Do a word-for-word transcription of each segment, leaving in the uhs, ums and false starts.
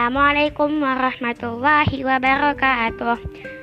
Assalamualaikum warahmatullahi wabarakatuh.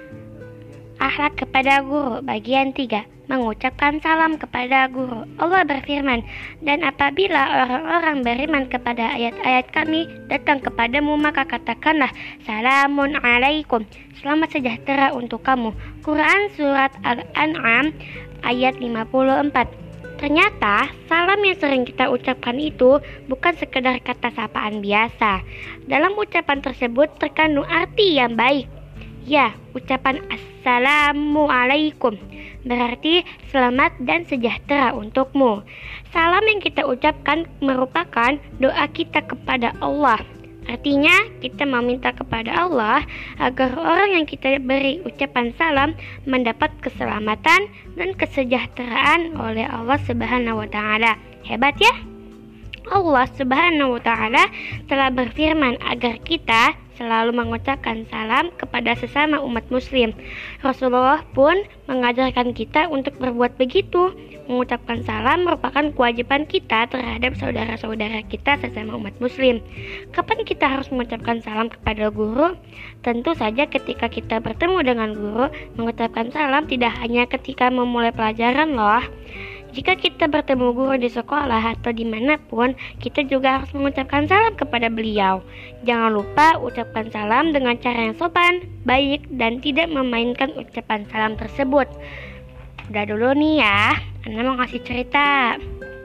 Akhlak kepada guru bagian tiga. Mengucapkan salam kepada guru. Allah berfirman, dan apabila orang-orang beriman kepada ayat-ayat kami datang kepadamu, maka katakanlah, salamun alaikum, selamat sejahtera untuk kamu. Quran Surat Al-An'am ayat lima puluh empat. Ternyata salam yang sering kita ucapkan itu bukan sekedar kata sapaan biasa. Dalam ucapan tersebut terkandung arti yang baik. Ya, ucapan Assalamualaikum berarti selamat dan sejahtera untukmu. Salam yang kita ucapkan merupakan doa kita kepada Allah. Artinya kita meminta kepada Allah agar orang yang kita beri ucapan salam mendapat keselamatan dan kesejahteraan oleh Allah Subhanahu wa taala. Hebat ya? Allah Subhanahu wa taala telah berfirman agar kita selalu mengucapkan salam kepada sesama umat muslim. Rasulullah pun mengajarkan kita untuk berbuat begitu. Mengucapkan salam merupakan kewajiban kita terhadap saudara-saudara kita sesama umat muslim. Kapan kita harus mengucapkan salam kepada guru? Tentu saja ketika kita bertemu dengan guru. Mengucapkan salam tidak hanya ketika memulai pelajaran loh. Jika kita bertemu guru di sekolah atau dimanapun, kita juga harus mengucapkan salam kepada beliau. Jangan lupa ucapkan salam dengan cara yang sopan, baik, dan tidak memainkan ucapan salam tersebut. Udah dulu nih ya, Ana mau ngasih cerita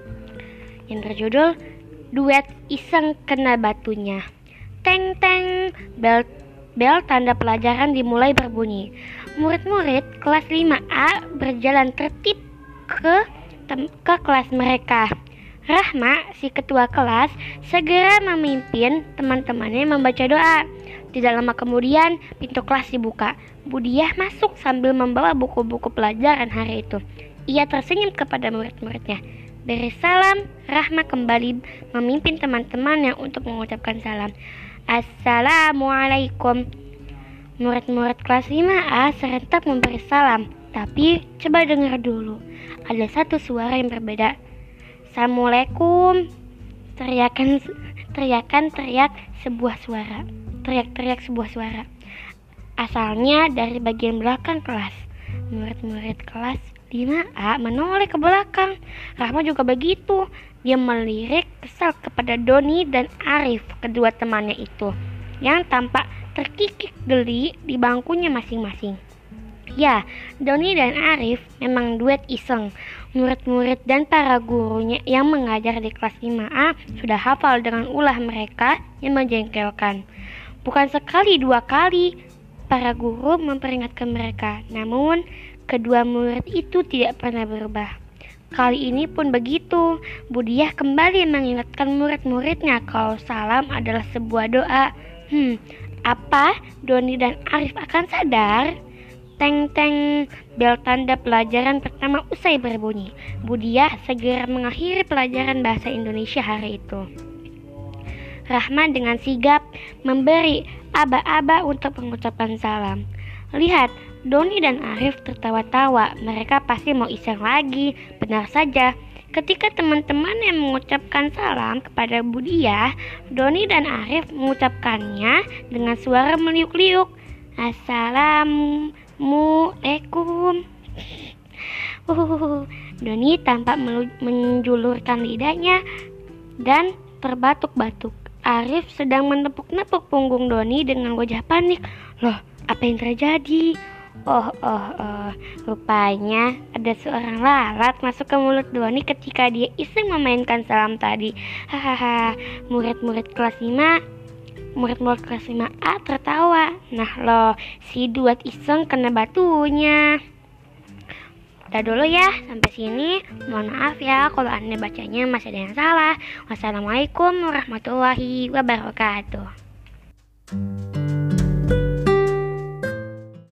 yang berjudul Duet Iseng Kena Batunya. Teng teng, bel, bel tanda pelajaran dimulai berbunyi. Murid-murid kelas lima A berjalan tertib ke ke kelas mereka. Rahma, si ketua kelas, segera memimpin teman-temannya membaca doa. Tidak lama kemudian, pintu kelas dibuka. Budiah masuk sambil membawa buku-buku pelajaran hari itu. Ia tersenyum kepada murid-muridnya. Beri salam, Rahma kembali memimpin teman-temannya untuk mengucapkan salam. Assalamualaikum. Murid-murid kelas lima A serentak memberi salam. Tapi coba dengar dulu, ada satu suara yang berbeda. Assalamualaikum. Teriakan teriakan teriak sebuah suara. Teriak-teriak sebuah suara. Asalnya dari bagian belakang kelas. Murid-murid kelas lima A menoleh ke belakang. Rahma juga begitu. Dia melirik kesal kepada Doni dan Arif, kedua temannya itu, yang tampak terkikik geli di bangkunya masing-masing. Ya, Doni dan Arif memang duet iseng. Murid-murid dan para gurunya yang mengajar di kelas lima A sudah hafal dengan ulah mereka yang menjengkelkan. Bukan sekali dua kali para guru memperingatkan mereka, namun kedua murid itu tidak pernah berubah. Kali ini pun begitu. Budiah kembali mengingatkan murid-muridnya kalau salam adalah sebuah doa. Hmm, apa Doni dan Arif akan sadar? Teng teng, bel tanda pelajaran pertama usai berbunyi. Budiah segera mengakhiri pelajaran bahasa Indonesia hari itu. Rahman dengan sigap memberi aba-aba untuk mengucapkan salam. Lihat, Doni dan Arif tertawa-tawa. Mereka pasti mau iseng lagi. Benar saja. Ketika teman-teman yang mengucapkan salam kepada Budiah, Doni dan Arif mengucapkannya dengan suara meliuk-liuk. Assalamualaikum. Uh, Doni tampak menjulurkan lidahnya dan terbatuk-batuk. Arif sedang menepuk-nepuk punggung Doni dengan wajah panik. Loh, apa yang terjadi? Oh, oh, oh, rupanya ada seorang lalat masuk ke mulut Doni ketika dia iseng memainkan salam tadi. Hahaha, murid-murid kelas lima Murid-murid kelas lima A tertawa. Nah loh, si duet iseng kena batunya. Udah dulu ya, sampai sini. Mohon maaf ya kalau Anda bacanya masih ada yang salah. Wassalamualaikum warahmatullahi wabarakatuh.